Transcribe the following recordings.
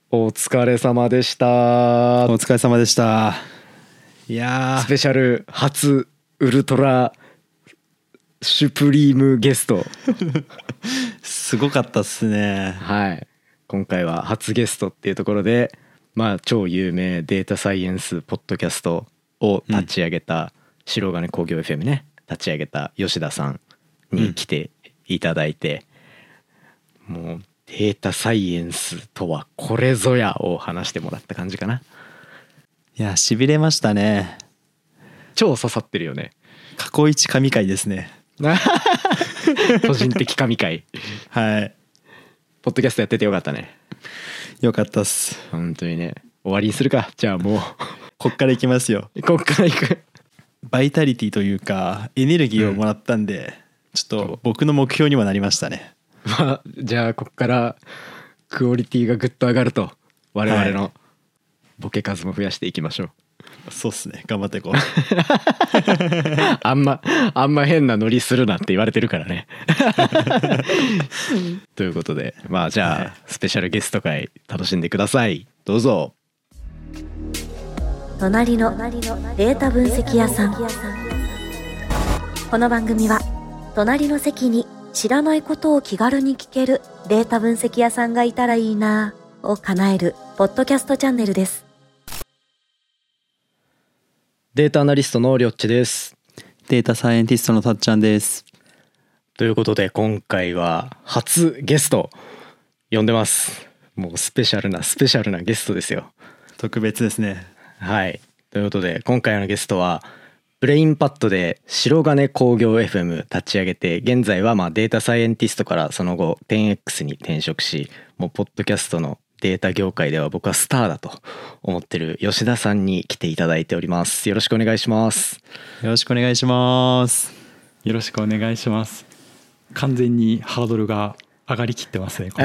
お疲れ様でした。 お疲れ様でした。いやスペシャル初ウルトラシュプリームゲストすごかったっすね。 はい、今回は初ゲストっていうところで、まあ超有名データサイエンスポッドキャストを立ち上げた、白金工業 FM ね、立ち上げた吉田さんに来ていただいて、もうデータサイエンスとはこれぞやを話してもらった感じかな。 いや、しびれましたね。 超刺さってるよね。 過去一神回ですね。 個人的神回。 はい。 ポッドキャストやっててよかったね。 よかったっす。 本当にね。終わりにするか。じゃあもうこっから行きますよ。 こっから行く。 バイタリティというかエネルギーをもらったんで、ちょっと僕の目標にもなりましたね。 まあ、じゃあこっからクオリティがぐっと上がると、我々のボケ数も増やしていきましょう。 そうっすね、頑張っていこう。 あんま変なノリするなって言われてるからね。ということで、まあじゃあスペシャルゲスト会楽しんでください。どうぞ。 隣のデータ分析屋さん。この番組は隣の席に知らないことを気軽に聞けるデータ分析屋さんがいたらいいなぁを叶えるポッドキャストチャンネルです。 データアナリストのりょっちです。 データサイエンティストのたっちゃんです。 ということで今回は初ゲスト呼んでます。もうスペシャルなゲストですよ。 特別ですね。 はい。ということで今回のゲストはブレインパッドで白金工業 FM 立ち上げて、現在はまあデータサイエンティストからその後 10X に転職し、もうポッドキャストのデータ業界では僕はスターだと思ってる吉田さんに来ていただいております。よろしくお願いします。 よろしくお願いします。 よろしくお願いします。完全にハードルが上がりきってますね。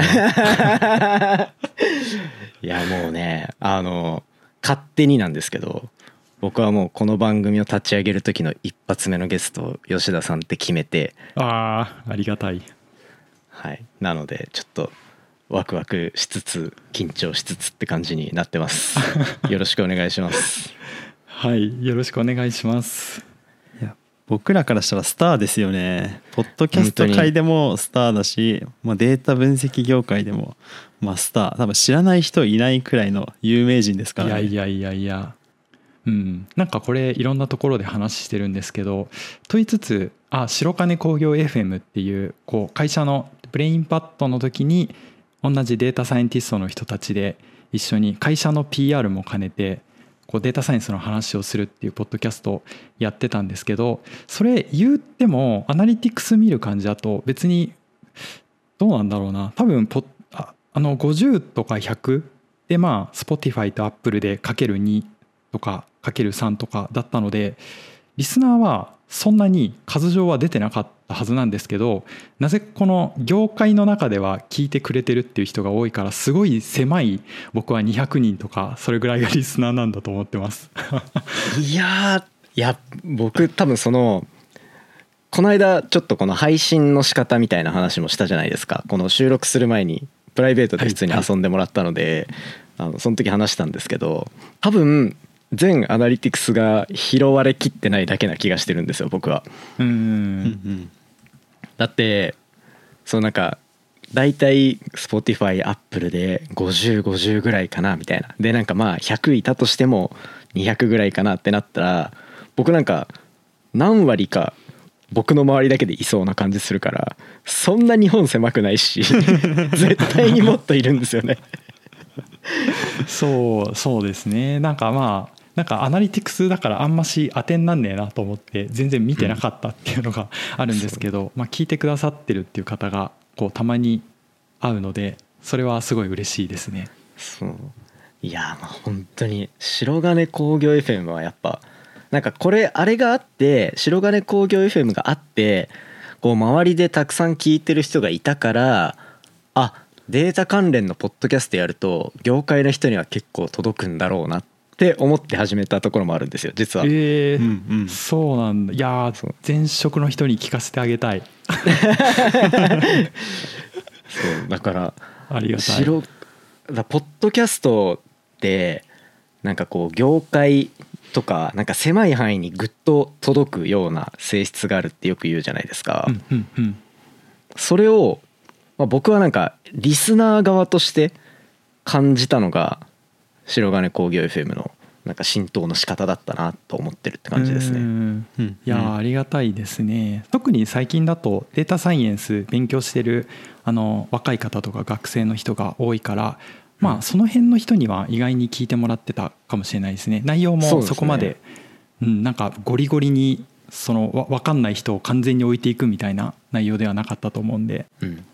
いやもうね、勝手になんですけど、僕はもうこの番組を立ち上げる時の一発目のゲスト吉田さんって決めて、 ありがたい。 はい、なのでちょっとワクワクしつつ緊張しつつって感じになってます。よろしくお願いします。 はい、よろしくお願いします。 いや、僕らからしたらスターですよね。ポッドキャスト界でもスターだし、まあ、データ分析業界でもまあスター、多分知らない人いないくらいの有名人ですからね。 いや、なんかこれいろんなところで話してるんですけど、と言いつつ白金工業 FM っていうこう会社のブレインパッドの時に同じデータサイエンティストの人たちで一緒に会社の PR も兼ねてこうデータサイエンスの話をするっていうポッドキャストをやってたんですけど、それ言ってもアナリティクス見る感じだと別にどうなんだろうな、多分50とか100でまあ Spotify と Apple でかける2とかかける3とかだったので、リスナーはそんなに数上は出てなかったはずなんですけど、なぜこの業界の中では聞いてくれてるっていう人が多いから、すごい狭い、僕は200人とかそれぐらいがリスナーなんだと思ってます。 いや僕多分この間ちょっとこの配信の仕方みたいな話もしたじゃないですか。この収録する前にプライベートで普通に遊んでもらったので、その時話したんですけど、多分全アナリティクスが拾われきってないだけな気がしてるんですよ、僕は。だってなんかだいたい Spotify、Apple で50ぐらいかなみたいな、でなんかまあ100いたとしても200ぐらいかなってなったら、僕なんか何割か僕の周りだけでいそうな感じするから、そんな日本狭くないし絶対にもっといるんですよね。 そうですね。なんかアナリティクスだからあんまし当てになんねえなと思って全然見てなかったっていうのがあるんですけど、聞いてくださってるっていう方がこうたまに会うので、それはすごい嬉しいですね。 そういやまあ本当に白金工業 FM はやっぱなんかあれがあって、白金工業 FM があって、こう周りでたくさん聞いてる人がいたから、データ関連のポッドキャストやると業界の人には結構届くんだろうなって思って始めたところもあるんですよ、実は。 そうなんだ。いや前職の人に聞かせてあげたい。 そうだからありがたい。 ポッドキャストってなんかこう業界とかなんか狭い範囲にぐっと届くような性質があるってよく言うじゃないですか。それを、僕はなんかリスナー側として感じたのが白金工業 FM のなんか浸透の仕方だったなと思ってるって感じですね。 いやありがたいですね。特に最近だとデータサイエンス勉強してる若い方とか学生の人が多いから、その辺の人には意外に聞いてもらってたかもしれないですね。内容もそこまでなんかゴリゴリにその分かんない人を完全に置いていくみたいな内容ではなかったと思うんで、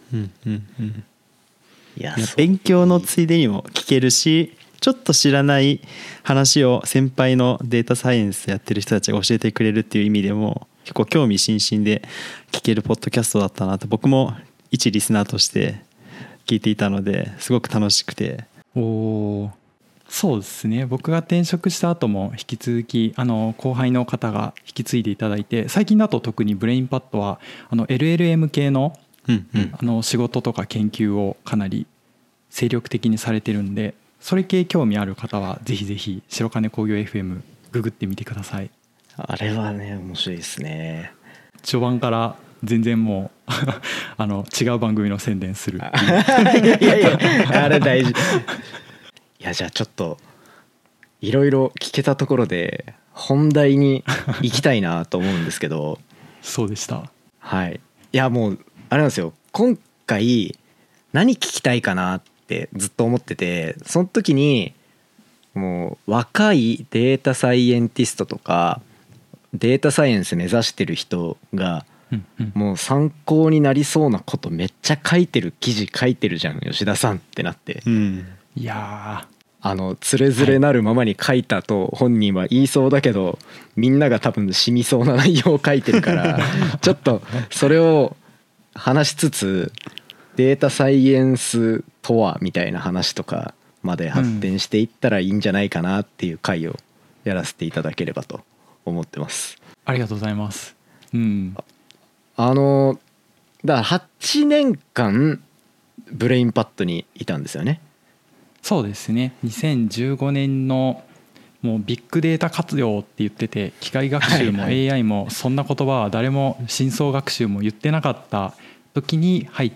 いや勉強のついでにも聞けるし、ちょっと知らない話を先輩のデータサイエンスやってる人たちが教えてくれるっていう意味でも結構興味津々で聞けるポッドキャストだったなと僕も一リスナーとして聞いていたのですごく楽しくて。 そうですね。僕が転職した後も引き続き後輩の方が引き継いでいただいて、最近だと特にブレインパッドはLLM 系の仕事とか研究をかなり精力的にされてるんで、それ系興味ある方はぜひぜひ白金工業 FM ググってみてください。 あれはね面白いですね。 序盤から全然もう違う番組の宣伝するいやあれ大事。いやじゃあちょっといろいろ聞けたところで本題に行きたいなと思うんですけどそうでした。 はい。いやもうあれなんですよ、今回何聞きたいかなってずっと思ってて、その時にもう若いデータサイエンティストとかデータサイエンス目指してる人がもう参考になりそうなことめっちゃ書いてる記事書いてるじゃん吉田さんってなって、 いやつれづれなるままに書いたと本人は言いそうだけど、みんなが多分染みそうな内容を書いてるからちょっとそれを話しつつデータサイエンスとはみたいな話とかまで発展していったらいいんじゃないかなっていう回をやらせていただければと思ってます。 ありがとうございます。 だから8年間ブレインパッドにいたんですよね。 そうですね。2015年のもうビッグデータ活用って言ってて、機械学習も AI もそんな言葉は誰も深層学習も言ってなかった時に入って、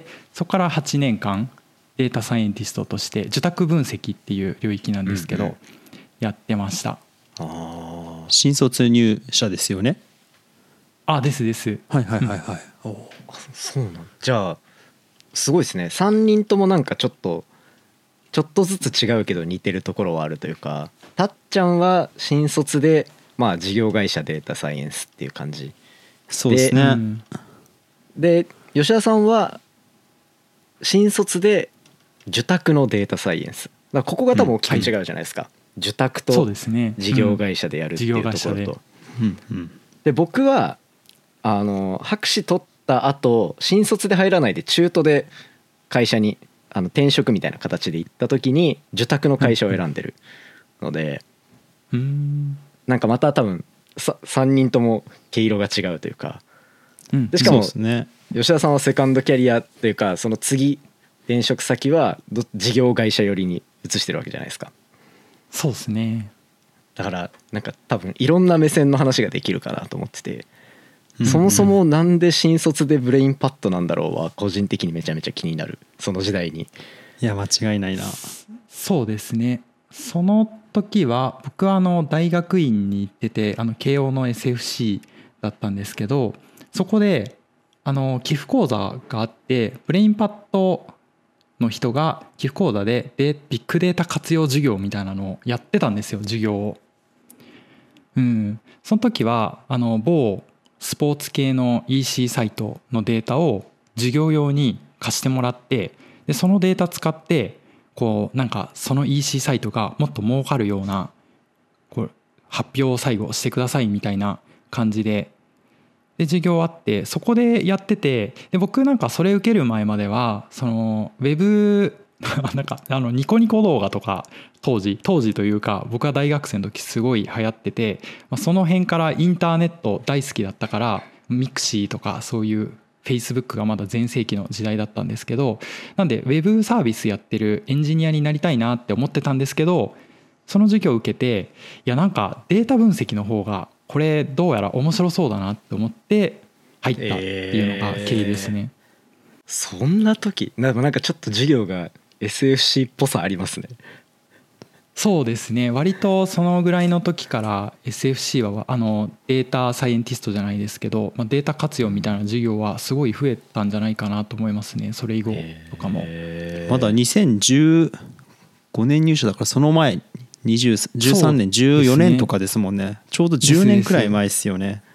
そこから8年間データサイエンティストとして受託分析っていう領域なんですけどやってました。 新卒入社ですよね。 ですです。 そうなんじゃあすごいですね。3人ともなんかちょっとずつ違うけど似てるところはあるというか、たっちゃんは新卒で事業会社データサイエンスっていう感じそうですね。 で吉田さんは新卒で受託のデータサイエンスだからここが多分大きく違うじゃないですか、受託と事業会社でやるっていうところと、で僕は博士取った後新卒で入らないで中途で会社に転職みたいな形で行った時に受託の会社を選んでるので、なんかまた多分3人とも毛色が違うというか、でしかも吉田さんはセカンドキャリアというかその次転職先は事業会社寄りに移してるわけじゃないですか。 そうですね。 だからなんか多分いろんな目線の話ができるかなと思ってて、そもそもなんで新卒でブレインパッドなんだろうは個人的にめちゃめちゃ気になる。その時代に。 いや間違いないな。 そうですね。その時は僕は大学院に行ってて慶応の SFC だったんですけど、そこで寄付講座があって、ブレインパッドの人が寄付講座でビッグデータ活用授業みたいなのをやってたんですよ、授業を。その時は某スポーツ系の EC サイトのデータを授業用に貸してもらって、でそのデータ使ってなんかその EC サイトがもっと儲かるような発表を最後してくださいみたいな感じで授業あって、そこでやってて、で僕なんかそれ受ける前まではそのウェブなんかニコニコ動画とか当時というか僕は大学生の時すごい流行ってて、その辺からインターネット大好きだったからミクシーとかそういう Facebook がまだ全盛期の時代だったんですけど、なんでウェブサービスやってるエンジニアになりたいなって思ってたんですけど、その授業を受けて、いやなんかデータ分析の方がこれどうやら面白そうだなって思って入ったっていうのが経緯ですね。 そんな時なんかちょっと授業が SFC っぽさありますね。 そうですね、割とそのぐらいの時から SFC はデータサイエンティストじゃないですけど、データ活用みたいな授業はすごい増えたんじゃないかなと思いますね。それ以後とかもまだ2015年入社だから、その前13年14年とかですもんね。ちょうど10年くらい前ですよね。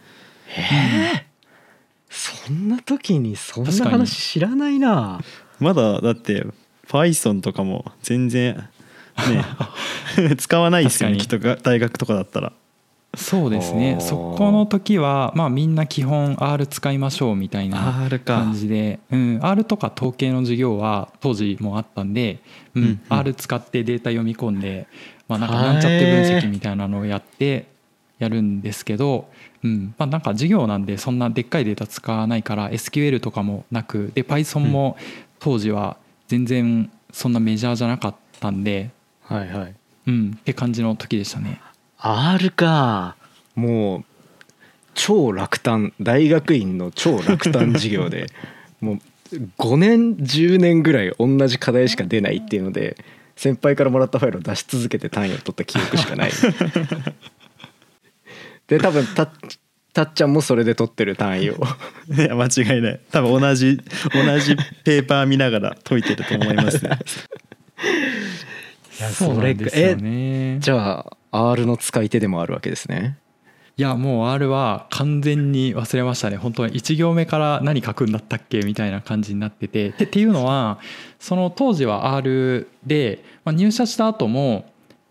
そんな時にそんな話知らないな。 まだだって Python とかも全然ね使わないですよね、きっと大学とかだったら。 そうですね、そこの時はみんな基本 R 使いましょうみたいな感じで、R とか統計の授業は当時もあったんで、R 使ってデータ読み込んで、なんちゃって分析みたいなのをやるんですけど、なんか授業なんでそんなでっかいデータ使わないから SQL とかもなくで Python も当時は全然そんなメジャーじゃなかったんで、って感じの時でしたね。 R か、もう超落胆、大学院の超落胆授業でもう5年10年ぐらい同じ課題しか出ないっていうので、先輩からもらったファイルを出し続けて単位を取った記憶しかないで多分たっちゃんもそれで取ってる単位をいや間違いない、多分同じペーパー見ながら解いてると思いますねいやそれじゃあ R の使い手でもあるわけですね。 いやもう R は完全に忘れましたね。本当に1行目から何書くんだったっけみたいな感じになってて、っていうのはその当時は R で、入社した後も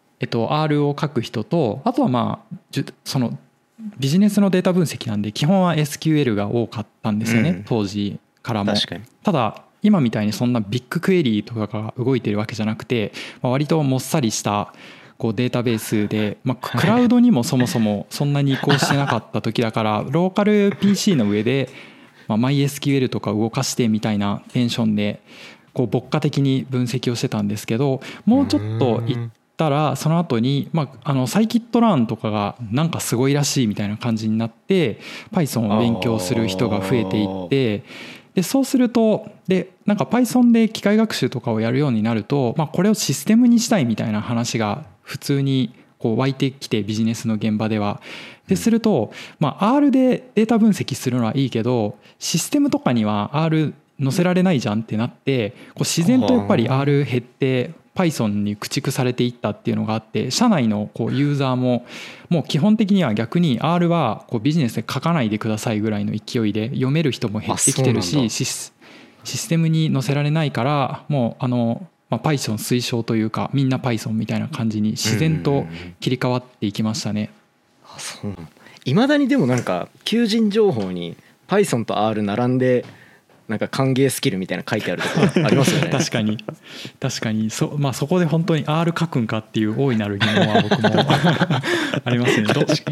R を書く人と、あとはそのビジネスのデータ分析なんで基本は SQL が多かったんですよね、当時からも。ただ今みたいにそんなビッグクエリーとかが動いてるわけじゃなくて、割ともっさりしたデータベースで、クラウドにもそもそもそんなに移行してなかった時だからローカル PC の上で、MySQL とか動かしてみたいなテンションで牧歌的に分析をしてたんですけど、もうちょっと行ったらその後にサイキットランとかがなんかすごいらしいみたいな感じになって Python を勉強する人が増えていって、でそうするとなんか Python で機械学習とかをやるようになると、これをシステムにしたいみたいな話が普通に湧いてきて、ビジネスの現場では。ですると、R でデータ分析するのはいいけどシステムとかには R 載せられないじゃんってなって、自然とやっぱり R 減って Python に駆逐されていったっていうのがあって、社内のユーザーももう基本的には逆に R はビジネスで書かないでくださいぐらいの勢いで読める人も減ってきてるし、システムに載せられないからもうPython 推奨というかみんな Python みたいな感じに自然と切り替わっていきましたね。 いまだにでもなんか求人情報に Python と R 並んでなんか歓迎スキルみたいな書いてあるとかありますよね確かにそこで本当に R 書くんかっていう大いなる疑問は僕もありますね。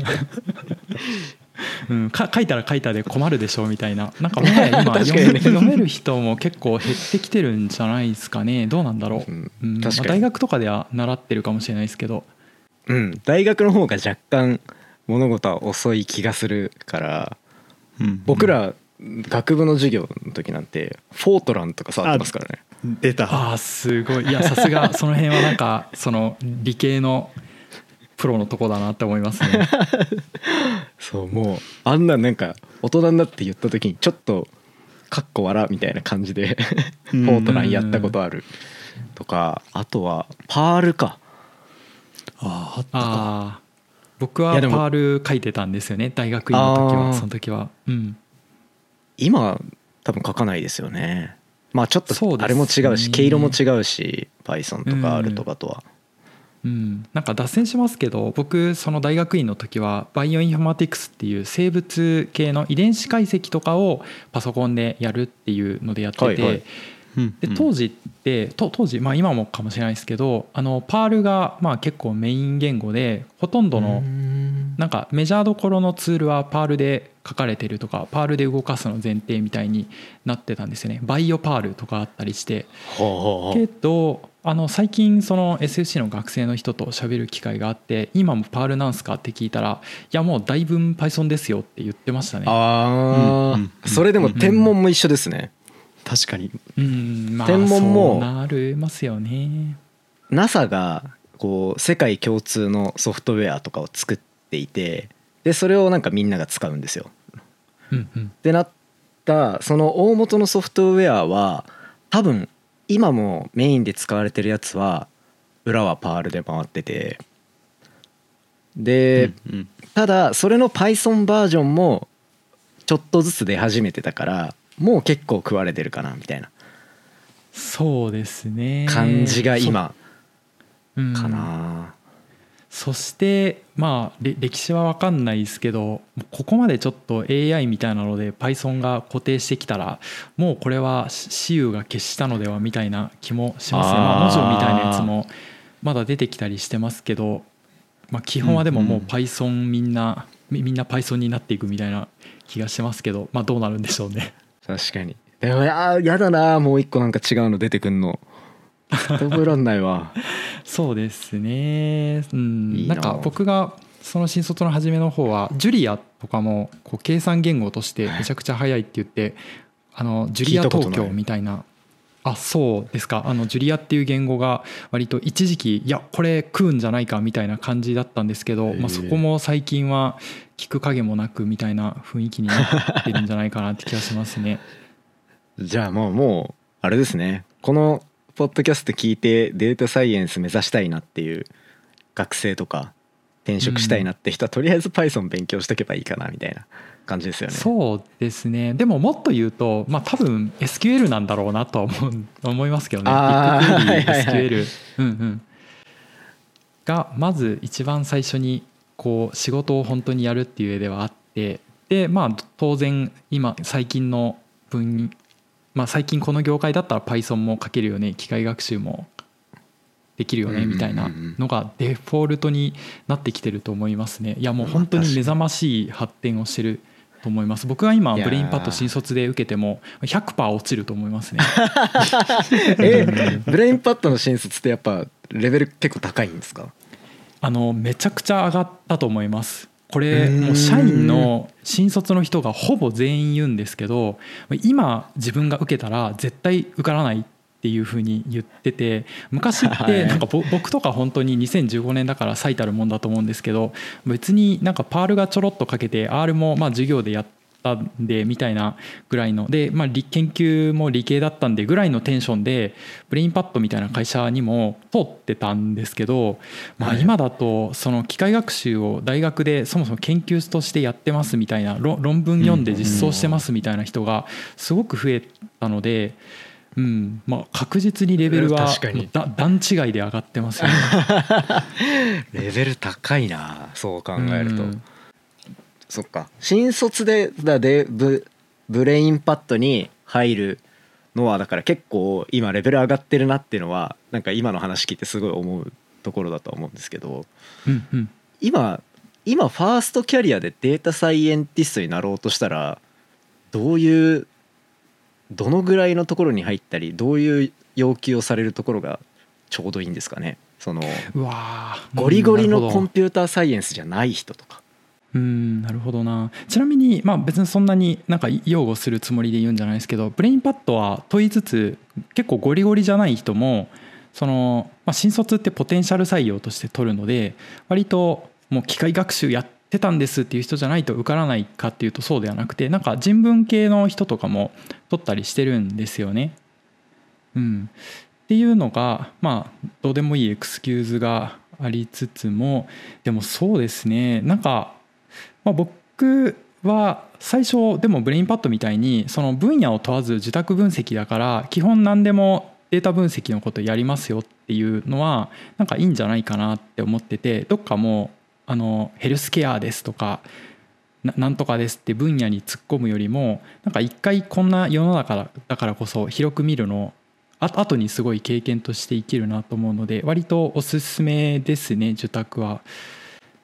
書いたら書いたで困るでしょみたいな、なんかもはや今読める人も結構減ってきてるんじゃないですかね。どうなんだろう、大学とかでは習ってるかもしれないですけど、 大学の方が若干物事は遅い気がするから、僕ら学部の授業の時なんてフォートランとか触ってますからね。 出た。 すごい。いやさすがその辺はなんかその理系のプロのとこだなって思いますねそうもうあんななんか大人になって言った時にちょっとかっこ笑みたいな感じでフォートランやったことあるとか、あとはパールか。 あったか。 僕はパール書いてたんですよね、大学院の時は。その時は今多分書かないですよね。ちょっとあれも違うし毛色も違うし Python とか R とかとは。 なんか脱線しますけど、僕その大学院の時はバイオインフォマティクスっていう生物系の遺伝子解析とかをパソコンでやるっていうのでやってて、で当時今もかもしれないですけどパールが結構メイン言語で、ほとんどのなんかメジャーどころのツールはパールで書かれてるとかパールで動かすの前提みたいになってたんですよね。バイオパールとかあったりして、けど最近その SFC の学生の人と喋る機会があって、今もパールなんすかって聞いたら、いやもうだいぶ Python ですよって言ってましたね。 それでも天文も一緒ですね。 確かに。 まあ天文もそうなりますよね。 NASA がこう世界共通のソフトウェアとかを作っていて、でそれをなんかみんなが使うんですよ。ってなったその大元のソフトウェアは多分今もメインで使われてるやつは裏はパールで回ってて、で、ただそれの Python バージョンもちょっとずつ出始めてたから、もう結構食われてるかなみたいなそうですね感じが今かな。 そしてまあ歴史は分かんないですけど、ここまでちょっと AI みたいなので Python が固定してきたら、もうこれは私有が決したのではみたいな気もしますね。まあ、文字みたいなやつもまだ出てきたりしてますけど、まあ、基本はでももう Python みんな Python になっていくみたいな気がしますけど、まあどうなるんでしょうね。 確かに。でもやだな、もう一個なんか違うの出てくんの覚えらんないわ。 そうですね、 いいな。 なんか僕がその新卒の初めの方はジュリアとかもこう計算言語としてめちゃくちゃ速いって言って、ジュリア東京みたいな。あ、そうですか。ジュリアっていう言語が割と一時期いやこれ食うんじゃないかみたいな感じだったんですけど、まあ、そこも最近は聞く影もなくみたいな雰囲気になってるんじゃないかなって気がしますね。 じゃあもうあれですね、このポッドキャスト聞いてデータサイエンス目指したいなっていう学生とか転職したいなって人はとりあえず Python 勉強しとけばいいかなみたいな感じですよね。 そうですね。でももっと言うと、まあ多分 SQL なんだろうなとは思いますけどね。SQL がまず一番最初にこう仕事を本当にやるっていう上ではあって、でまあ当然今最近の最近この業界だったら Python も書けるよね、機械学習もできるよねみたいなのがデフォルトになってきてると思いますね。いやもう本当に目覚ましい発展をしてると思います。僕が今ブレインパッド新卒で受けても 100% 落ちると思いますね。 ブレインパッドの新卒ってやっぱレベル結構高いんですか？ めちゃくちゃ上がったと思います。これもう社員の新卒の人がほぼ全員言うんですけど、今自分が受けたら絶対受からないっていう風に言ってて、昔ってなんか僕とか本当に2015年だから最たるもんだと思うんですけど、別になんかパールがちょろっとかけて R もまあ授業でやったんでみたいなぐらいので、まあ研究も理系だったんでぐらいのテンションでブレインパッドみたいな会社にも通ってたんですけど、まあ今だとその機械学習を大学でそもそも研究としてやってますみたいな、論文読んで実装してますみたいな人がすごく増えたので、まあ確実にレベルは段違いで上がってますよね。 レベル高いな、そう考えると。そっか、新卒でブレインパッドに入るのはだから結構今レベル上がってるなっていうのはなんか今の話聞いてすごい思うところだと思うんですけど、今ファーストキャリアでデータサイエンティストになろうとしたらどのぐらいのところに入ったり、どういう要求をされるところがちょうどいいんですかね。そのゴリゴリのコンピューターサイエンスじゃない人とか。 なるほどな。ちなみにまあ別にそんなになんか擁護するつもりで言うんじゃないですけど、ブレインパッドは問いつつ結構ゴリゴリじゃない人も新卒ってポテンシャル採用として取るので、割ともう機械学習やってたんですっていう人じゃないと受からないかっていうとそうではなくて、なんか人文系の人とかも取ったりしてるんですよね。っていうのがまあどうでもいいエクスキューズがありつつも、でもそうですね、なんか僕は最初でもブレインパッドみたいにその分野を問わず受託分析だから基本何でもデータ分析のことやりますよっていうのはなんかいいんじゃないかなって思ってて、どっかもうヘルスケアですとかなんとかですって分野に突っ込むよりも、なんか一回こんな世の中だからこそ広く見るの後にすごい経験として生きるなと思うので、割とおすすめですね、受託は。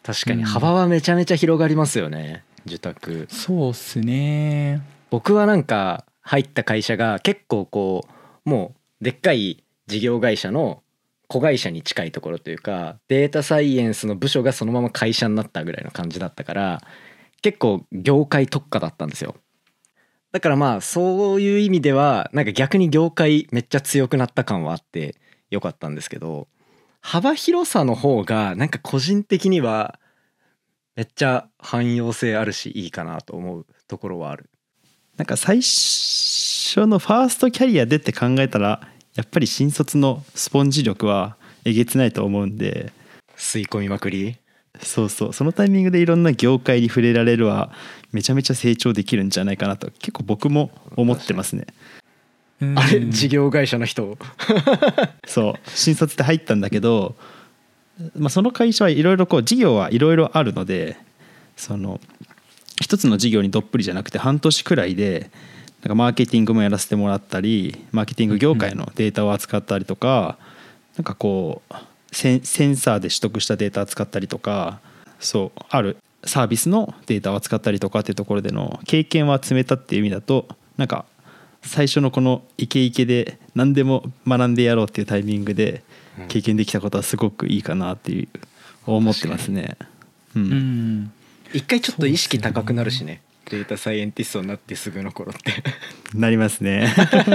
確かに幅はめちゃめちゃ広がりますよね、受託。 そうっすね。 僕はなんか入った会社が結構こうもうでっかい事業会社の子会社に近いところというか、データサイエンスの部署がそのまま会社になったぐらいの感じだったから、結構業界特化だったんですよ。だからまあそういう意味ではなんか逆に業界めっちゃ強くなった感はあってよかったんですけど、幅広さの方がなんか個人的にはめっちゃ汎用性あるしいいかなと思うところはある。 なんか最初のファーストキャリアでって考えたらやっぱり新卒のスポンジ力はえげつないと思うんで、 吸い込みまくり。 そうそう、そのタイミングでいろんな業界に触れられるはめちゃめちゃ成長できるんじゃないかなと結構僕も思ってますね。 あれ事業会社の人そう新卒で入ったんだけど、その会社はいろいろこう事業はいろいろあるので、その一つの事業にどっぷりじゃなくて半年くらいでなんかマーケティングもやらせてもらったり、マーケティング業界のデータを扱ったりとか、なんかこうセンサーで取得したデータを扱ったりとか、そうあるサービスのデータを扱ったりとかっていうところでの経験は積めたっていう意味だと、なんか最初のこのイケイケで何でも学んでやろうっていうタイミングで経験できたことはすごくいいかなっていう思ってますね。 一回ちょっと意識高くなるしね、データサイエンティストになってすぐの頃ってなりますね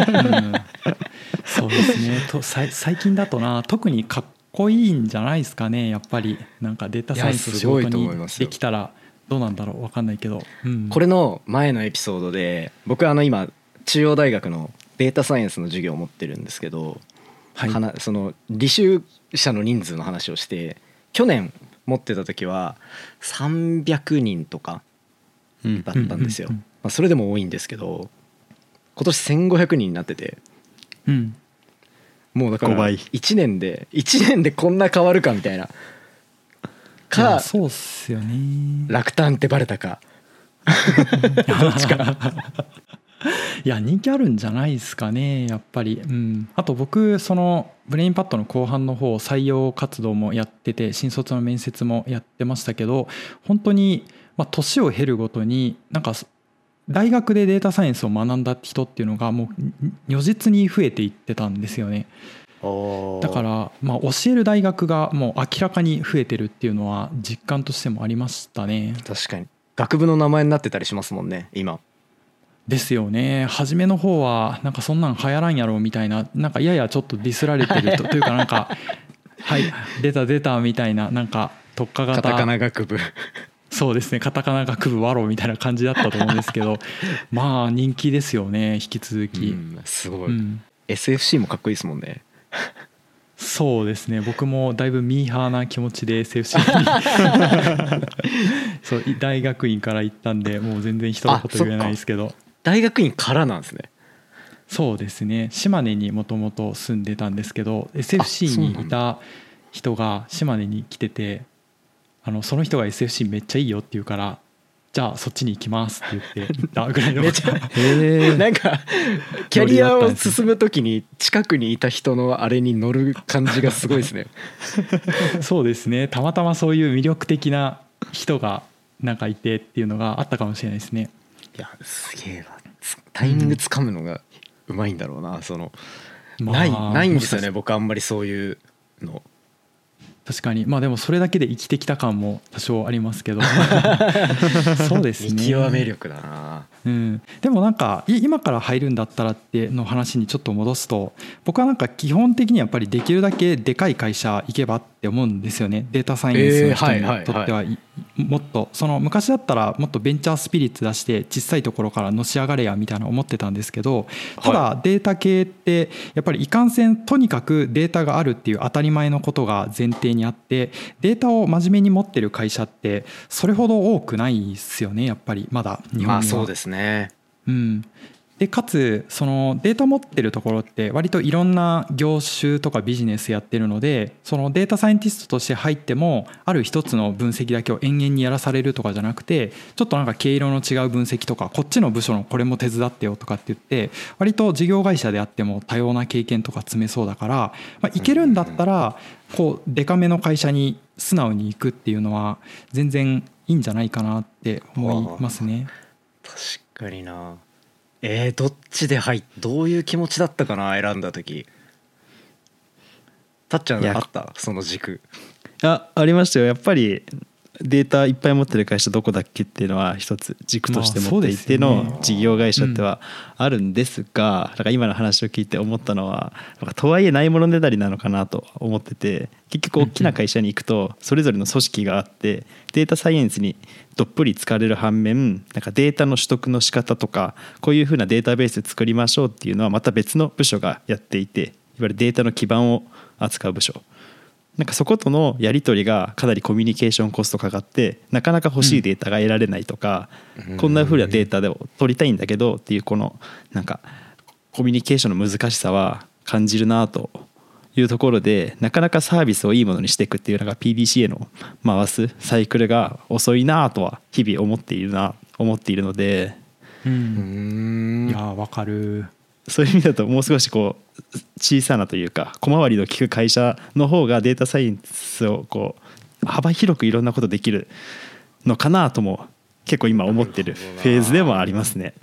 そうですねと最近だとな、特にかっこいいんじゃないですかね、やっぱりなんかデータサイエンス仕事にできたらどうなんだろう、分かんないけど、 これの前のエピソードで僕今中央大学のデータサイエンスの授業を持ってるんですけど、その履修者の人数の話をして、去年持ってた時は300人とかだったんですよ。それでも多いんですけど、今年1500人になってて、もうだから1年でこんな変わるかみたいなか、 そうっすよね、 落胆ってバレたかどっちかいや人気あるんじゃないですかね、やっぱり。あと僕そのブレインパッドの後半の方採用活動もやってて、新卒の面接もやってましたけど、本当に年を経るごとになんか大学でデータサイエンスを学んだ人っていうのがもう如実に増えていってたんですよね。だから教える大学がもう明らかに増えてるっていうのは実感としてもありましたね。 確かに学部の名前になってたりしますもんね今。 ですよね。初めの方はなんかそんなん流行らんやろみたいな、なんかややちょっとディスられてるというか、なんかはい出たみたいな、なんか特化型カタカナ学部そうですね、カタカナ学部ワロみたいな感じだったと思うんですけど人気ですよね、引き続き。 すごい、SFC もかっこいいですもんねそうですね、僕もだいぶミーハーな気持ちで SFC にそう大学院から行ったんで、もう全然人のこと言えないですけど。 大学院からなんですね。 そうですね、島根にもともと住んでたんですけど、 SFC にいた人が島根に来てて、その人が SFC めっちゃいいよって言うから、じゃあそっちに行きますって言って行ったぐらいのめちゃなんかキャリアを進む時に近くにいた人のあれに乗る感じがすごいですねそうですね、たまたまそういう魅力的な人がなんかいてっていうのがあったかもしれないですね。 いやすげえな、タイミングつかむのがうまいんだろうな、ないんですよね僕あんまりそういうの。 確かにでもそれだけで生きてきた感も多少ありますけどそうですね、 見極め力だな。 でもなんか今から入るんだったらっての話にちょっと戻すと、僕はなんか基本的にやっぱりできるだけでかい会社行けばって思うんですよね。データサイエンスの人にとってはもっとその昔だったらもっとベンチャースピリッツ出して小さいところからのし上がれやみたいな思ってたんですけど、ただデータ系ってやっぱりいかんせんとにかくデータがあるっていう当たり前のことが前提にあって、データを真面目に持ってる会社ってそれほど多くないですよね、やっぱりまだ日本には。 そうですね。 でかつそのデータ持ってるところって割といろんな業種とかビジネスやってるので、そのデータサイエンティストとして入ってもある一つの分析だけを延々にやらされるとかじゃなくて、ちょっとなんか毛色の違う分析とか、こっちの部署のこれも手伝ってよとかって言って、割と事業会社であっても多様な経験とか積めそうだから、いけるんだったらこうデカめの会社に素直にいくっていうのは全然いいんじゃないかなって思いますね。 確かにな。どっちでどういう気持ちだったかな、選んだ時。たっちゃんあったその軸？ ありましたよ。やっぱりデータいっぱい持ってる会社どこだっけっていうのは一つ軸として持っていての事業会社ってはあるんですが、だから今の話を聞いて思ったのは、とはいえないものねだりなのかなと思ってて、結局大きな会社に行くとそれぞれの組織があってデータサイエンスにどっぷり使われる反面、なんかデータの取得の仕方とかこういうふうなデータベース作りましょうっていうのはまた別の部署がやっていて、いわゆるデータの基盤を扱う部署、なんかそことのやり取りがかなりコミュニケーションコストかかってなかなか欲しいデータが得られないとか、こんな風なデータで取りたいんだけどっていうこのなんかコミュニケーションの難しさは感じるなというところで、なかなかサービスをいいものにしていくっていうのが PDCA の回すサイクルが遅いなとは日々思っているので、 いやわかる。 そういう意味だともう少しこう小さなというか小回りの利く会社の方がデータサイエンスをこう幅広くいろんなことできるのかなとも結構今思ってるフェーズでもありますね。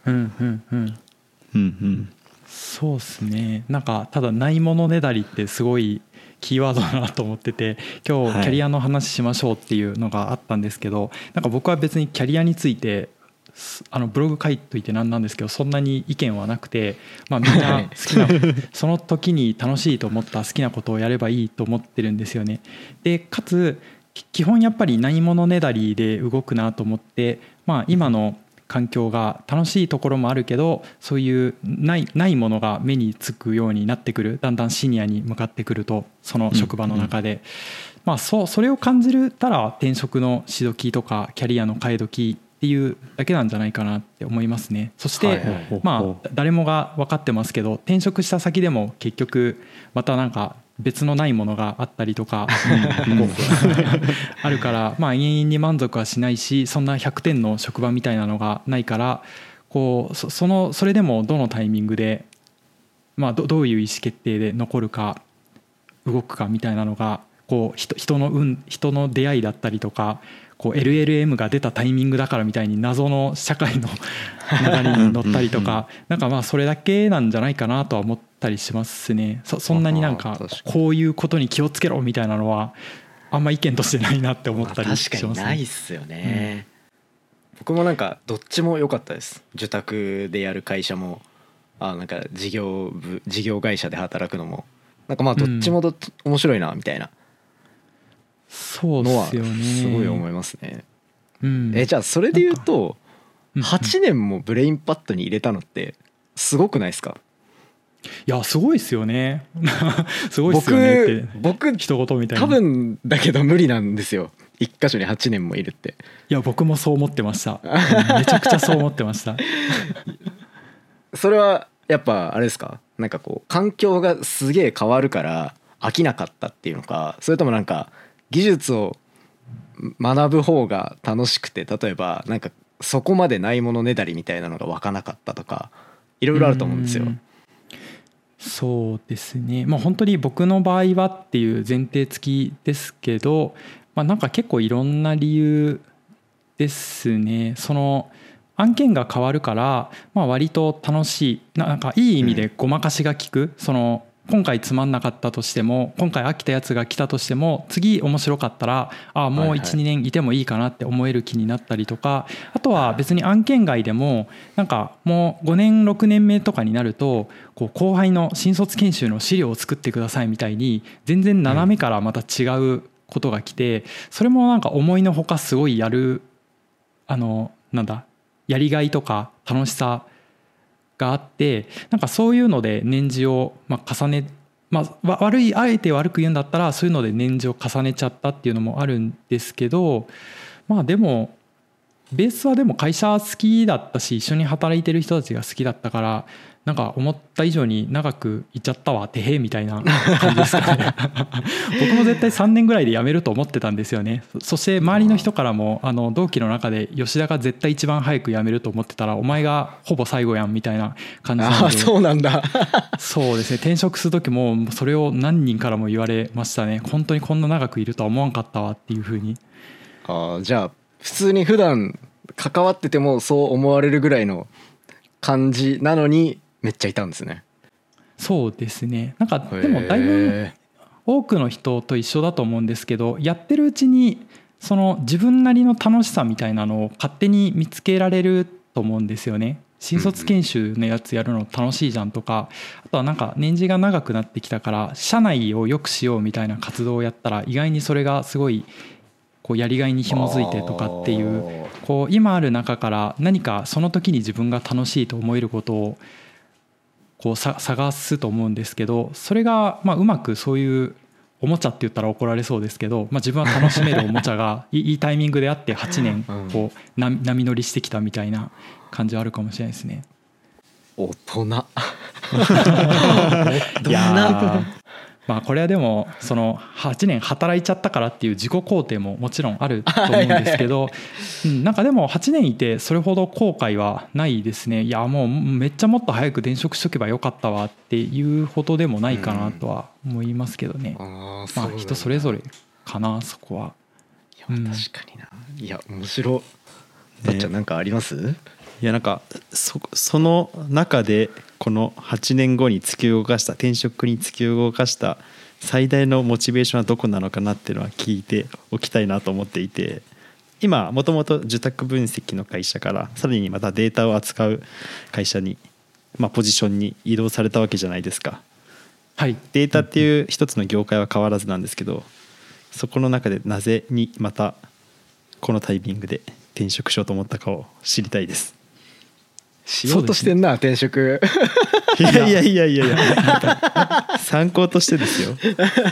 そうですね。なんかただないものねだりってすごいキーワードだなと思ってて、今日キャリアの話しましょうっていうのがあったんですけど、なんか僕は別にキャリアについてブログ書いといてなんなんですけど、そんなに意見はなくて、みんな好きなその時に楽しいと思った好きなことをやればいいと思ってるんですよね。でかつ基本やっぱりないものねだりで動くなと思って、今の環境が楽しいところもあるけど、そういうないものが目につくようになってくる、だんだんシニアに向かってくると、その職場の中で、それを感じたら転職のし時とかキャリアの変え時っていうだけなんじゃないかなって思いますね。そして誰もが分かってますけど、転職した先でも結局またなんか別のないものがあったりとかあるから、永遠に満足はしないし、そんな100点の職場みたいなのがないから、こうそれでもどのタイミングで、どういう意思決定で残るか動くかみたいなのが、こう人の出会いだったりとか、こう LLM が出たタイミングだからみたいに謎の社会の流れに乗ったりとか、なんかそれだけなんじゃないかなとは思ったりしますね。そんなになんかこういうことに気をつけろみたいなのはあんま意見としてないなって思ったりしますね。 確かにないっすよね。僕もなんかどっちも良かったです。受託でやる会社もなんか事業会社で働くのも、なんかどっちも面白いなみたいなのはすごい思いますね。じゃあそれで言うと8年もブレインパッドに入れたのってすごくないですか？ いやすごいですよねすごいですよねって僕一言みたいな。 多分だけど無理なんですよ、一箇所に8年もいるって。 いや僕もそう思ってましためちゃくちゃそう思ってましたそれはやっぱあれですか、なんかこう環境がすげえ変わるから飽きなかったっていうのか、それともなんか技術を学ぶ方が楽しくて、例えばなんかそこまでないものねだりみたいなのが湧かなかったとか、いろいろあると思うんですよ。 そうですね、本当に僕の場合はっていう前提付きですけど、なんか結構いろんな理由ですね。その案件が変わるから、割と楽しい、なんかいい意味でごまかしが効く、その今回つまんなかったとしても、今回飽きたやつが来たとしても、次面白かったらもう 1,2 年いてもいいかなって思える気になったりとか、あとは別に案件外でもなんかもう5年6年目とかになると、こう後輩の新卒研修の資料を作ってくださいみたいに全然斜めからまた違うことが来て、それもなんか思いのほかすごいやるやりがいとか楽しさがあって、なんかそういうので年次を重ね、あえて悪く言うんだったらそういうので年次を重ねちゃったっていうのもあるんですけど、でもベースはでも会社好きだったし、一緒に働いてる人たちが好きだったから、 なんか思った以上に長くいっちゃったわてへみたいな感じですかね僕も絶対3年ぐらいで辞めると思ってたんですよね。そして周りの人からも同期の中で吉田が絶対一番早く辞めると思ってたらお前がほぼ最後やんみたいな感じなんで。 そうなんだそうですね、転職する時もそれを何人からも言われましたね。本当にこんな長くいるとは思わんかったわっていうふうに。 じゃあ普通に普段関わっててもそう思われるぐらいの感じなのにめっちゃいたんですね。 そうですね、なんかでもだいぶ多くの人と一緒だと思うんですけど、やってるうちにその自分なりの楽しさみたいなのを勝手に見つけられると思うんですよね。新卒研修のやつやるの楽しいじゃんとか、あとはなんか年次が長くなってきたから社内を良くしようみたいな活動をやったら意外にそれがすごいこうやりがいに紐づいてとかっていう、こう今ある中から何かその時に自分が楽しいと思えることをこう探すと思うんですけど、それがうまくそういうおもちゃって言ったら怒られそうですけど、自分は楽しめるおもちゃがいいタイミングであって8年こう波乗りしてきたみたいな感じはあるかもしれないですね。 大人いやこれはでもその8年働いちゃったからっていう自己肯定ももちろんあると思うんですけどなんかでも8年いてそれほど後悔はないですね。いやもうめっちゃもっと早く転職しとけばよかったわっていうほどでもないかなとは思いますけどね。人それぞれかなそこは。 いや確かにな。いや面白い。ばっちゃんなんかあります？ いやなんかその中でこの8年後に突き動かした転職に突き動かした最大のモチベーションはどこなのかなっていうのは聞いておきたいなと思っていて、今もともと受託分析の会社からさらにまたデータを扱う会社に、ポジションに移動されたわけじゃないですか。 はい、 データっていう一つの業界は変わらずなんですけど、そこの中でなぜにまたこのタイミングで転職しようと思ったかを知りたいです。 しようとしてんな、転職いや参考としてですよ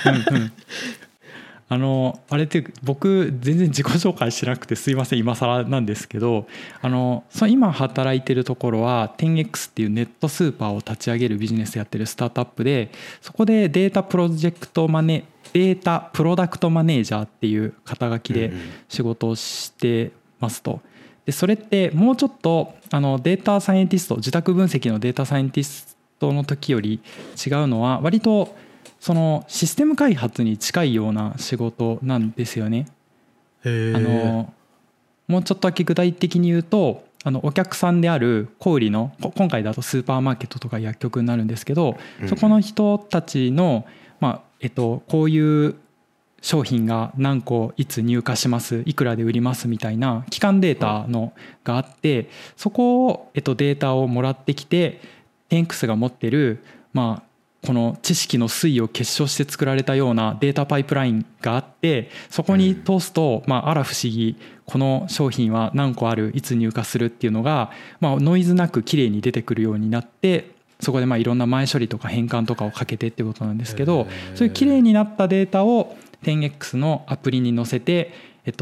あれって僕全然自己紹介してなくてすいません今更なんですけど、今働いてるところは 10X っていうネットスーパーを立ち上げるビジネスやってるスタートアップで、そこでデータプロダクトマネージャーっていう肩書きで仕事をしてますと。でそれってもうちょっとデータサイエンティスト、受託分析のデータサイエンティストの時より違うのは割とそのシステム開発に近いような仕事なんですよね。もうちょっとだけ具体的に言うとお客さんである小売りの今回だとスーパーマーケットとか薬局になるんですけど、そこの人たちの、こういう商品が何個いつ入荷しますいくらで売りますみたいな基幹データのがあって、そこをデータをもらってきて 10X が持ってるこの知識の推移を結晶して作られたようなデータパイプラインがあって、そこに通すとあら不思議この商品は何個あるいつ入荷するっていうのがノイズなくきれいに出てくるようになって、そこでいろんな前処理とか変換とかをかけてってことなんですけど、そういうきれいになったデータを 10X のアプリに載せて、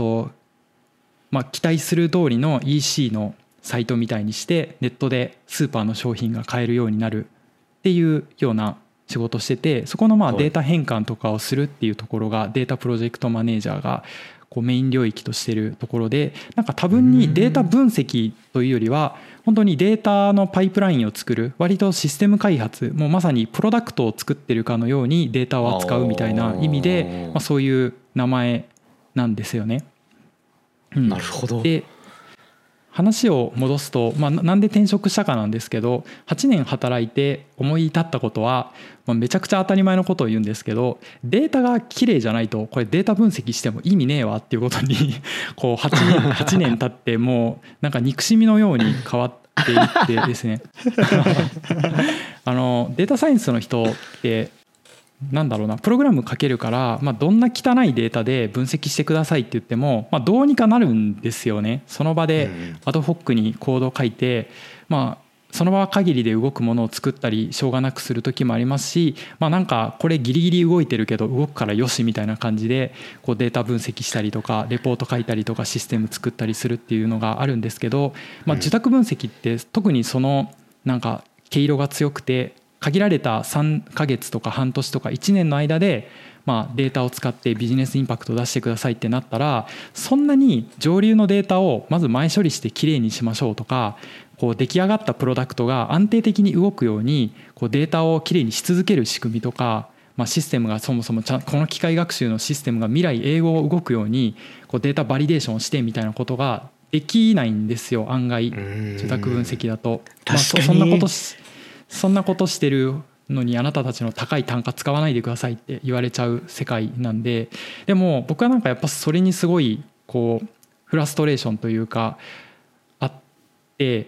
期待する通りの EC のサイトみたいにしてネットでスーパーの商品が買えるようになるっていうような仕事をしてて、そこのデータ変換とかをするっていうところがデータプロジェクトマネージャーがこうメイン領域としているところで、なんか多分にデータ分析というよりは本当にデータのパイプラインを作る、割とシステム開発、もうまさにプロダクトを作ってるかのようにデータを扱うみたいな意味で、そういう名前なんですよね。 なるほど。 で話を戻すと、なんで転職したかなんですけど、8年働いて思い至ったことは、めちゃくちゃ当たり前のことを言うんですけど、データがきれいじゃないとこれデータ分析しても意味ねえわっていうことにこう8年経ってもうなんか憎しみのように変わっていってですねデータサイエンスの人ってプログラム書けるから、どんな汚いデータで分析してくださいって言っても、どうにかなるんですよね。その場でアドホックにコードを書いて、その場限りで動くものを作ったりしょうがなくする時もありますし、なんかこれギリギリ動いてるけど動くからよしみたいな感じでこうデータ分析したりとかレポート書いたりとかシステム作ったりするっていうのがあるんですけど、受託分析って特にそのなんか毛色が強くて限られた3ヶ月とか半年とか1年の間でデータを使ってビジネスインパクトを出してくださいってなったら、そんなに上流のデータをまず前処理してきれいにしましょうとか、こう出来上がったプロダクトが安定的に動くようにこうデータをきれいにし続ける仕組みとか、システムがそもそもこの機械学習のシステムが未来永劫動くようにこうデータバリデーションをしてみたいなことができないんですよ、案外受託分析だと。そんなことしてるのにあなたたちの高い単価使わないでくださいって言われちゃう世界なんで、でも僕はなんかやっぱそれにすごいこうフラストレーションというかあって、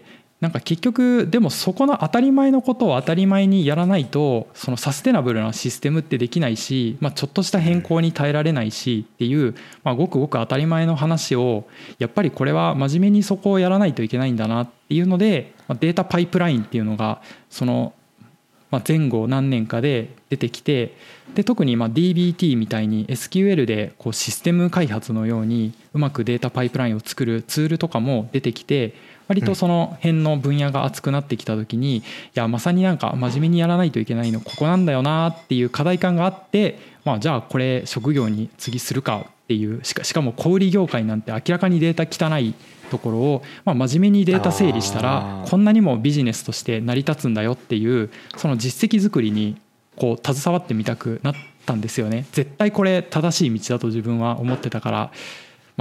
なんか結局でもそこの当たり前のことを当たり前にやらないとそのサステナブルなシステムってできないし、ちょっとした変更に耐えられないしっていう、ごくごく当たり前の話をやっぱりこれは真面目にそこをやらないといけないんだなっていうので、データパイプラインっていうのがその前後何年かで出てきて、で特にDBT みたいに SQL でこうシステム開発のようにうまくデータパイプラインを作るツールとかも出てきて、割とその辺の分野が熱くなってきた時に、いやまさになんか真面目にやらないといけないのここなんだよなっていう課題感があって、じゃあこれ職業に次するかっていう、しかも小売業界なんて明らかにデータ汚いところを、真面目にデータ整理したらこんなにもビジネスとして成り立つんだよっていう、その実績作りにこう携わってみたくなったんですよね。絶対これ正しい道だと自分は思ってたから、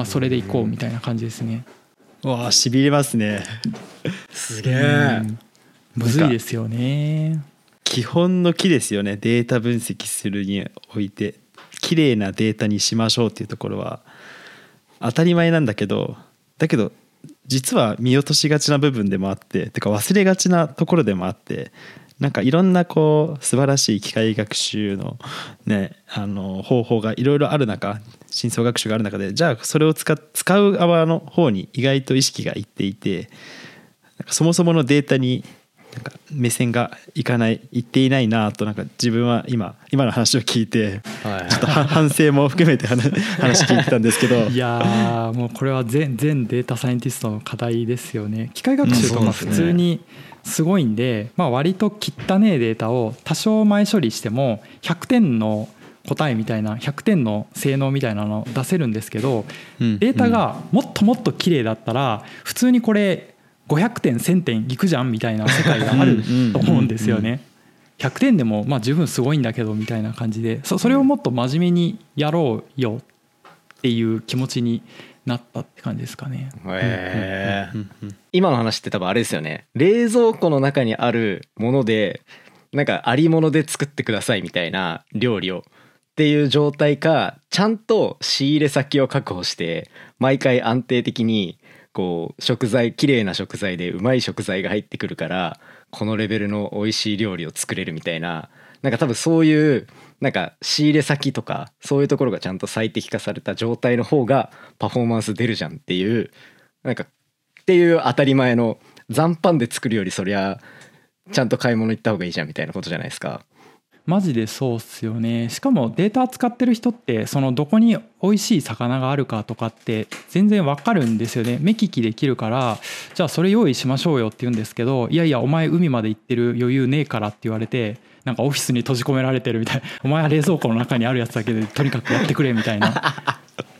それでいこうみたいな感じですね。 わあ、しびれますね。 すげえ。 むずいですよね。 基本の木ですよね。データ分析するにおいて綺麗なデータにしましょうっていうところは当たり前なんだけど、実は見落としがちな部分でもあって、てか忘れがちなところでもあって、なんかいろんなこう素晴らしい機械学習のね、方法がいろいろある中、深層学習がある中で、じゃあそれを使う側の方に意外と意識がいっていて、なんかそもそものデータになんか目線がいっていないなと、なんか自分は今の話を聞いてちょっと反省も含めて話聞いてたんですけどいやもうこれは全データサイエンティストの課題ですよね。機械学習とか普通にすごいんで、割と汚ねえデータを多少前処理しても100点の答えみたいな、100点の性能みたいなの出せるんですけど、データがもっともっと綺麗だったら普通にこれ500点1000点いくじゃんみたいな世界があると思うんですよね。100点でも十分すごいんだけどみたいな感じで、それをもっと真面目にやろうよっていう気持ちになったって感じですかね。 今の話って多分あれですよね。冷蔵庫の中にあるものでなんかありもので作ってくださいみたいな料理をっていう状態か、ちゃんと仕入れ先を確保して毎回安定的にこう食材、綺麗な食材でうまい食材が入ってくるからこのレベルの美味しい料理を作れるみたいな、なんか多分そういうなんか仕入れ先とかそういうところがちゃんと最適化された状態の方がパフォーマンス出るじゃんっていう、なんかっていう当たり前の、残飯で作るよりそりゃちゃんと買い物行った方がいいじゃんみたいなことじゃないですか。 マジでそうっすよね。しかもデータ使ってる人ってそのどこに美味しい魚があるかとかって全然わかるんですよね。目利きできるから、じゃあそれ用意しましょうよって言うんですけど、いやいやお前海まで行ってる余裕ねえからって言われて、なんかオフィスに閉じ込められてるみたいな、お前は冷蔵庫の中にあるやつだけでとにかくやってくれみたいな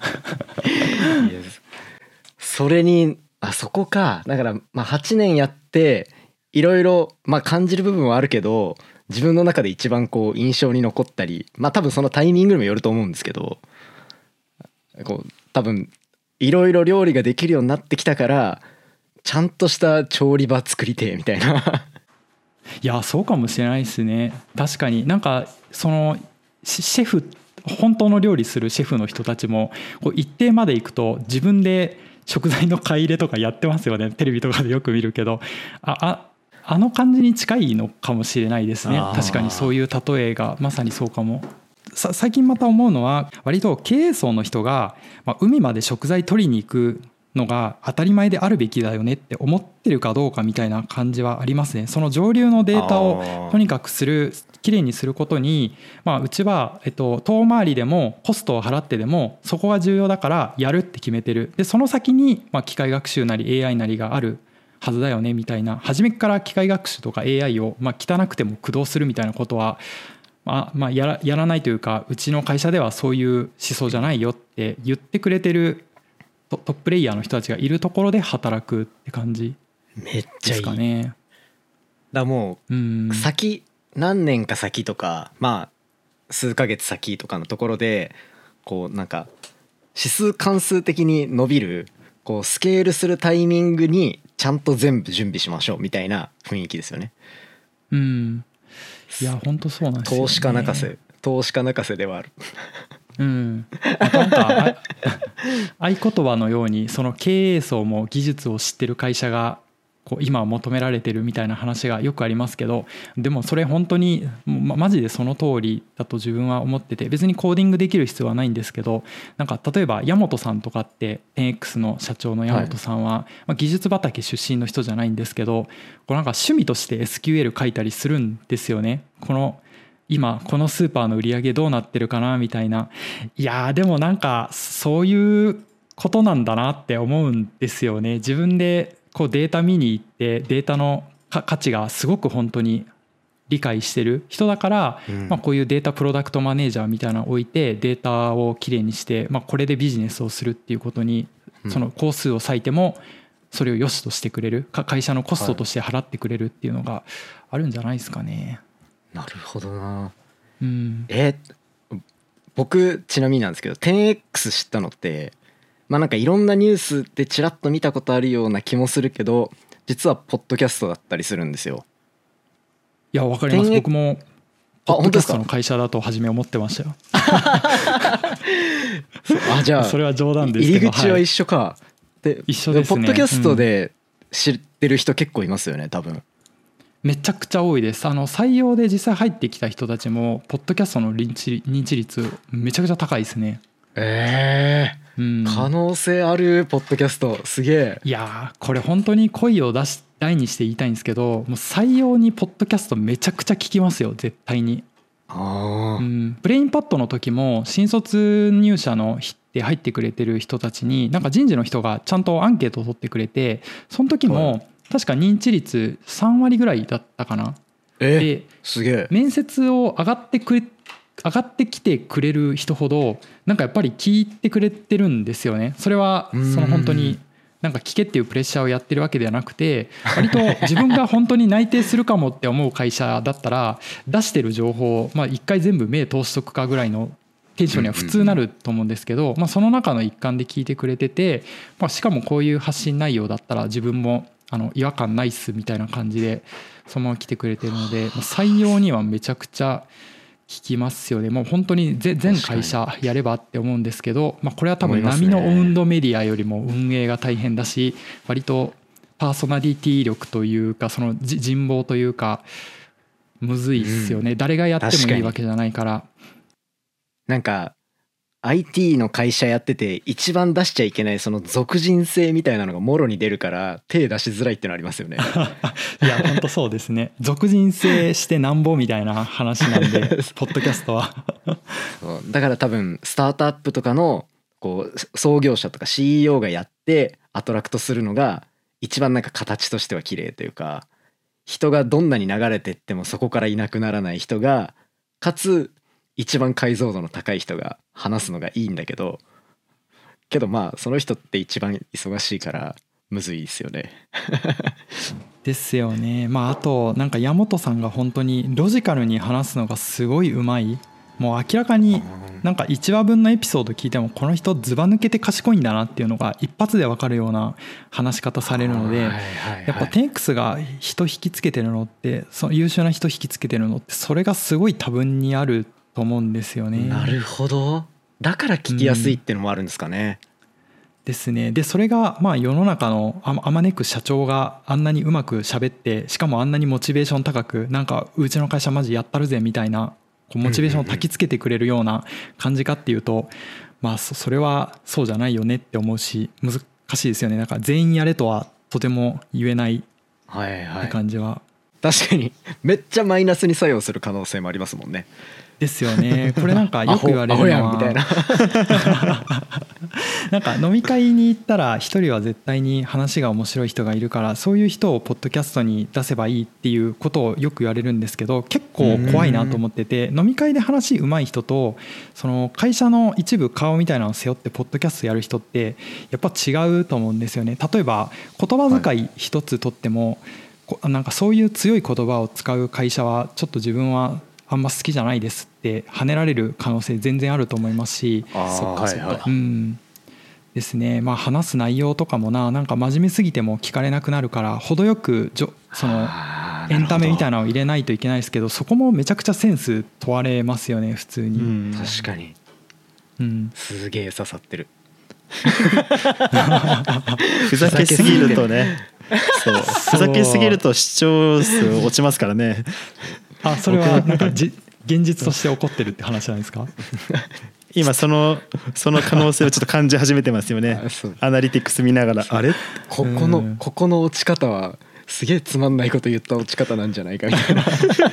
それにそこか。だから8年やっていろいろ感じる部分はあるけど、自分の中で一番こう印象に残ったり、多分そのタイミングにもよると思うんですけど、こう多分いろいろ料理ができるようになってきたからちゃんとした調理場作りてみたいないやそうかもしれないですね。確かになんかそのシェフ、本当の料理するシェフの人たちもこう一定まで行くと自分で食材の買い入れとかやってますよね。テレビとかでよく見るけど、あの感じに近いのかもしれないですね。確かにそういう例えがまさにそうかも。最近また思うのは、割と経営層の人が、海まで食材取りに行くのが当たり前であるべきだよねって思ってるかどうかみたいな感じはありますね。その上流のデータをとにかくきれいにすることに、うちは、遠回りでもコストを払ってでもそこが重要だからやるって決めてる。でその先に、機械学習なり AI なりがあるはずだよねみたいな、初めから機械学習とか AI を汚くても駆動するみたいなことはやらないというか、うちの会社ではそういう思想じゃないよって言ってくれてるトッププレイヤーの人たちがいるところで働くって感じめっちゃいいですかね。 だもう先何年か先とか数ヶ月先とかのところでこうなんか指数関数的に伸びるこうスケールするタイミングにちゃんと全部準備しましょうみたいな雰囲気ですよね。 いや本当そうなんですよね。 投資家泣かせではあるなんか合言葉のようにその経営層も技術を知ってる会社がこう今求められてるみたいな話がよくありますけど、でもそれ本当にマジでその通りだと自分は思ってて、別にコーディングできる必要はないんですけど、なんか例えば山本さんとかって 10X の社長の山本さんは技術畑出身の人じゃないんですけど、こうなんか趣味として SQL 書いたりするんですよね。今このスーパーの売り上げどうなってるかなみたいな。いやでもなんかそういうことなんだなって思うんですよね。自分でこうデータ見に行ってデータの価値がすごく本当に理解してる人だから、こういうデータプロダクトマネージャーみたいなのを置いてデータをきれいにして、これでビジネスをするっていうことにその工数を割いてもそれを良しとしてくれる、会社のコストとして払ってくれるっていうのがあるんじゃないですかね。 なるほどな。僕ちなみになんですけど 10X 知ったのってなんかいろんなニュースでちらっと見たことあるような気もするけど、実はポッドキャストだったりするんですよ。 いやわかります。僕もポッドキャストの会社だと初め思ってましたよ。 じゃあそれは冗談ですけど入り口は一緒か。で一緒ですね。 ポッドキャストで知ってる人結構いますよね多分。 めちゃくちゃ多いです。採用で実際入ってきた人たちもポッドキャストの認知率めちゃくちゃ高いですね。 可能性あるポッドキャストすげえ。 いやこれ本当に声を大にして言いたいんですけど、もう採用にポッドキャストめちゃくちゃ聞きますよ絶対に。ブレインパッドの時も新卒入社ので入ってくれてる人たちになんか人事の人がちゃんとアンケートを取ってくれて、その時も確か認知率3割ぐらいだったかな。 すげえ。 面接を上がってきてくれる人ほどなんかやっぱり聞いてくれてるんですよね。それはその本当になんか聞けっていうプレッシャーをやってるわけではなくて、割と自分が本当に内定するかもって思う会社だったら出してる情報を一回全部目通しとくかぐらいのテンションには普通なると思うんですけど、その中の一環で聞いてくれてて、しかもこういう発信内容だったら自分も違和感ないっすみたいな感じでそのまま来てくれてるので、採用にはめちゃくちゃ聞きますよね。もう本当に全会社やればって思うんですけど、これは多分波のオウンドメディアよりも運営が大変だし、割とパーソナリティ力というかその人望というかむずいっすよね。誰がやってもいいわけじゃないから。 なんか IT の会社やってて一番出しちゃいけないその属人性みたいなのがもろに出るから手出しづらいってのありますよね。 いや本当そうですね。属人性してなんぼみたいな話なんでポッドキャストはそうだから多分スタートアップとかのこう創業者とか CEO がやってアトラクトするのが一番なんか形としては綺麗というか、人がどんなに流れてってもそこからいなくならない人がかつ一番解像度の高い人が話すのがいいんだけどその人って一番忙しいからむずいですよね。 ですよね。あとなんか山本さんが本当にロジカルに話すのがすごいうまい。もう明らかになんか1話分のエピソード聞いてもこの人ずば抜けて賢いんだなっていうのが一発で分かるような話し方されるので、やっぱ 10X が人引きつけてるのってその優秀な人引きつけてるのってそれがすごい多分にあると思うんですよね。 なるほど。だから聞きやすいっていうのもあるんですかね。 ですね。でそれが世の中のあまねく社長があんなにうまく喋って、しかもあんなにモチベーション高くなんかうちの会社マジやったるぜみたいなこうモチベーションを焚きつけてくれるような感じかっていうと、それはそうじゃないよねって思うし難しいですよね。なんか全員やれとはとても言えないって感じは確かにめっちゃマイナスに作用する可能性もありますもんね。 ですよね。これなんかよく言われるのはアホやんみたいななんか飲み会に行ったら一人は絶対に話が面白い人がいるから、そういう人をポッドキャストに出せばいいっていうことをよく言われるんですけど、結構怖いなと思ってて、飲み会で話上手い人とその会社の一部顔みたいなのを背負ってポッドキャストやる人ってやっぱ違うと思うんですよね。例えば言葉遣い一つとっても、なんかそういう強い言葉を使う会社はちょっと自分はあんま好きじゃないですって跳ねられる可能性全然あると思いますし、ですね。まあ話す内容とかもなんか真面目すぎても聞かれなくなるから、程よくそのエンタメみたいなのを入れないといけないですけど、そこもめちゃくちゃセンス問われますよね普通に。 確かに、すげえ刺さってるふざけすぎるとねそうふざけすぎると視聴数落ちますからね。 それはなんか現実として起こってるって話なんですか？ 今その可能性をちょっと感じ始めてますよねアナリティクス見ながら、あれここの落ち方はすげえつまんないこと言った落ち方なんじゃないかみたい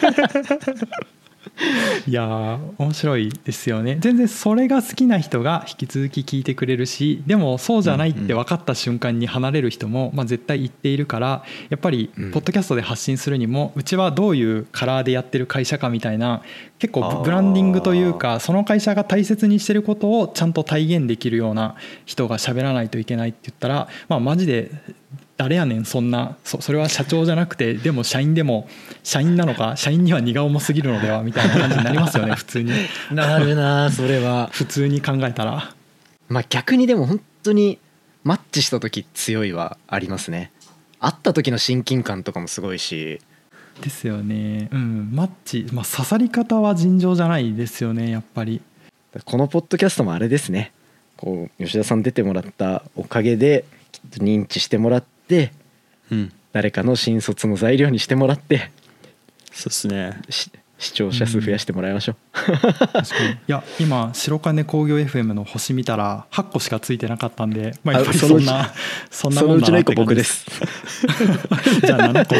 ないや面白いですよね。全然それが好きな人が引き続き聞いてくれるし、でもそうじゃないって分かった瞬間に離れる人も絶対言っているから、やっぱりポッドキャストで発信するにもうちはどういうカラーでやってる会社かみたいな、結構ブランディングというかその会社が大切にしてることをちゃんと体現できるような人が喋らないといけないって言ったら、マジで誰やねんそんな、それは社長じゃなくて、でも社員でも社員なのか、社員には荷が重すぎるのではみたいな感じになりますよね普通に。 なるなそれは普通に考えたら。 逆にでも本当にマッチした時強いはありますね。会った時の親近感とかもすごいし。 ですよね。マッチ、刺さり方は尋常じゃないですよねやっぱり。 このポッドキャストもあれですね、こう吉田さん出てもらったおかげできっと認知してもらって、誰かの新卒の材料にしてもらって、 そうですね、 視聴者数増やしてもらいましょう、 確かに。いや今白金工業 FM の星見たら8個しかついてなかったんで、やっぱりそんなもんだなって感じです。じゃあ7個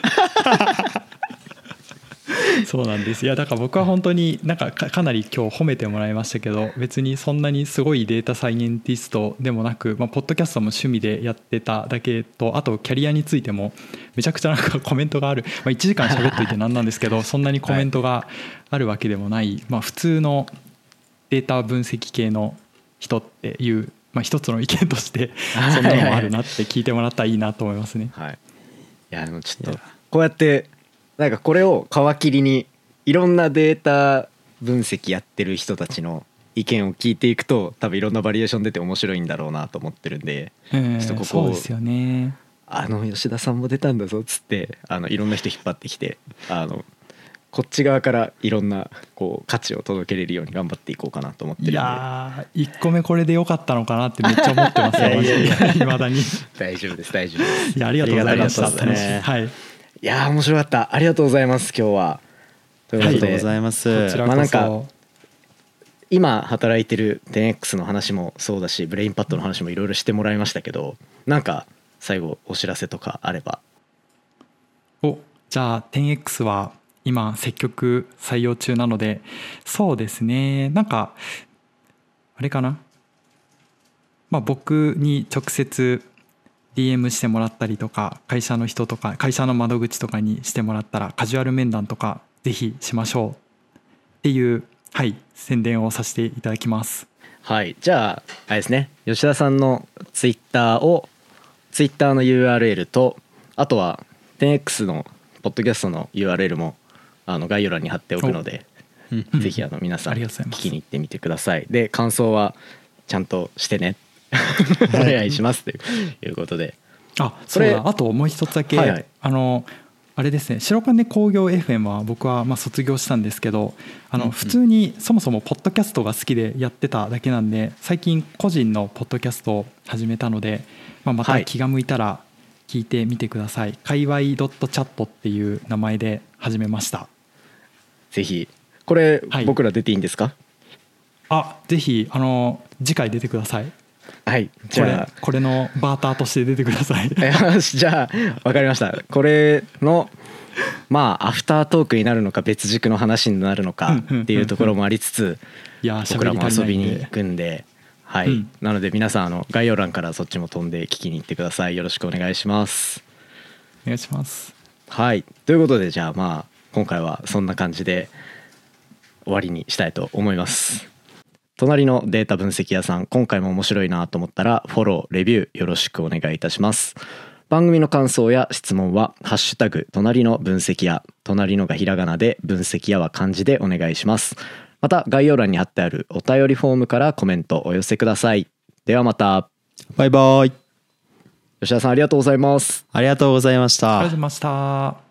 そうなんです。いやだから僕は本当になんかかなり今日褒めてもらいましたけど、別にそんなにすごいデータサイエンティストでもなく、ポッドキャストも趣味でやってただけと、あとキャリアについてもめちゃくちゃなんかコメントがある、1時間喋っといてなんなんですけどそんなにコメントがあるわけでもない、普通のデータ分析系の人っていう、一つの意見としてそんなのもあるなって聞いてもらったらいいなと思いますね。 はい、いやでもちょっとこうやってなんかこれを皮切りにいろんなデータ分析やってる人たちの意見を聞いていくと、多分いろんなバリエーション出て面白いんだろうなと思ってるんで、ちょっとここそうですよね。 吉田さんも出たんだぞっつっていろんな人引っ張ってきてこっち側からいろんなこう価値を届けれるように頑張っていこうかなと思ってるんで。 いや1個目これでよかったのかなってめっちゃ思ってますよいまだに。 大丈夫です大丈夫です。 いやありがとうございました。 楽しい、 はい、 いや面白かった。ありがとうございます今日は。ということで、 ありがとうございます。 こちらこそ。 なんか今働いてる 10X の話もそうだし、ブレインパッドの話もいろいろしてもらいましたけど、なんか最後お知らせとかあれば。 じゃあ 10X は今積極採用中なので、そうですね、なんかあれかな、僕に直接 DM してもらったりとか、会社の人とか会社の窓口とかにしてもらったらカジュアル面談とかぜひしましょうっていう、宣伝をさせていただきます。 はい、じゃああれですね、吉田さんのツイッターの URL と、あとは 10X のポッドキャストの URL も概要欄に貼っておくので、ぜひ皆さん聞きに行ってみてください。で感想はちゃんとしてねお願いしますということで。 そうだ、あともう一つだけ、あれですね、白金工業 FM は僕は卒業したんですけど、普通にそもそもポッドキャストが好きでやってただけなんで、最近個人のポッドキャストを始めたので、また気が向いたら聞いてみてください。界隈.chat っていう名前で始めました。 ぜひこれ、僕ら出ていいんですか？ ぜひ次回出てください。 はい、じゃあこれのバーターとして出てください。 よし、じゃあ分かりました。これのまあアフタートークになるのか別軸の話になるのかっていうところもありつつ、 いや僕らも遊びに喋り足りないんで行くんで、はい、 うん、 なので皆さん概要欄からそっちも飛んで聞きに行ってください。よろしくお願いします。 お願いします。 はい、ということでじゃあまあ今回はそんな感じで終わりにしたいと思います。隣のデータ分析屋さん、今回も面白いなと思ったらフォローレビューよろしくお願いいたします。番組の感想や質問はハッシュタグ隣の分析屋、隣のがひらがなで分析屋は漢字でお願いします。また概要欄に貼ってあるお便りフォームからコメントお寄せください。ではまた。 バイバイ。 吉田さんありがとうございます。 ありがとうございました。 ありがとうございました。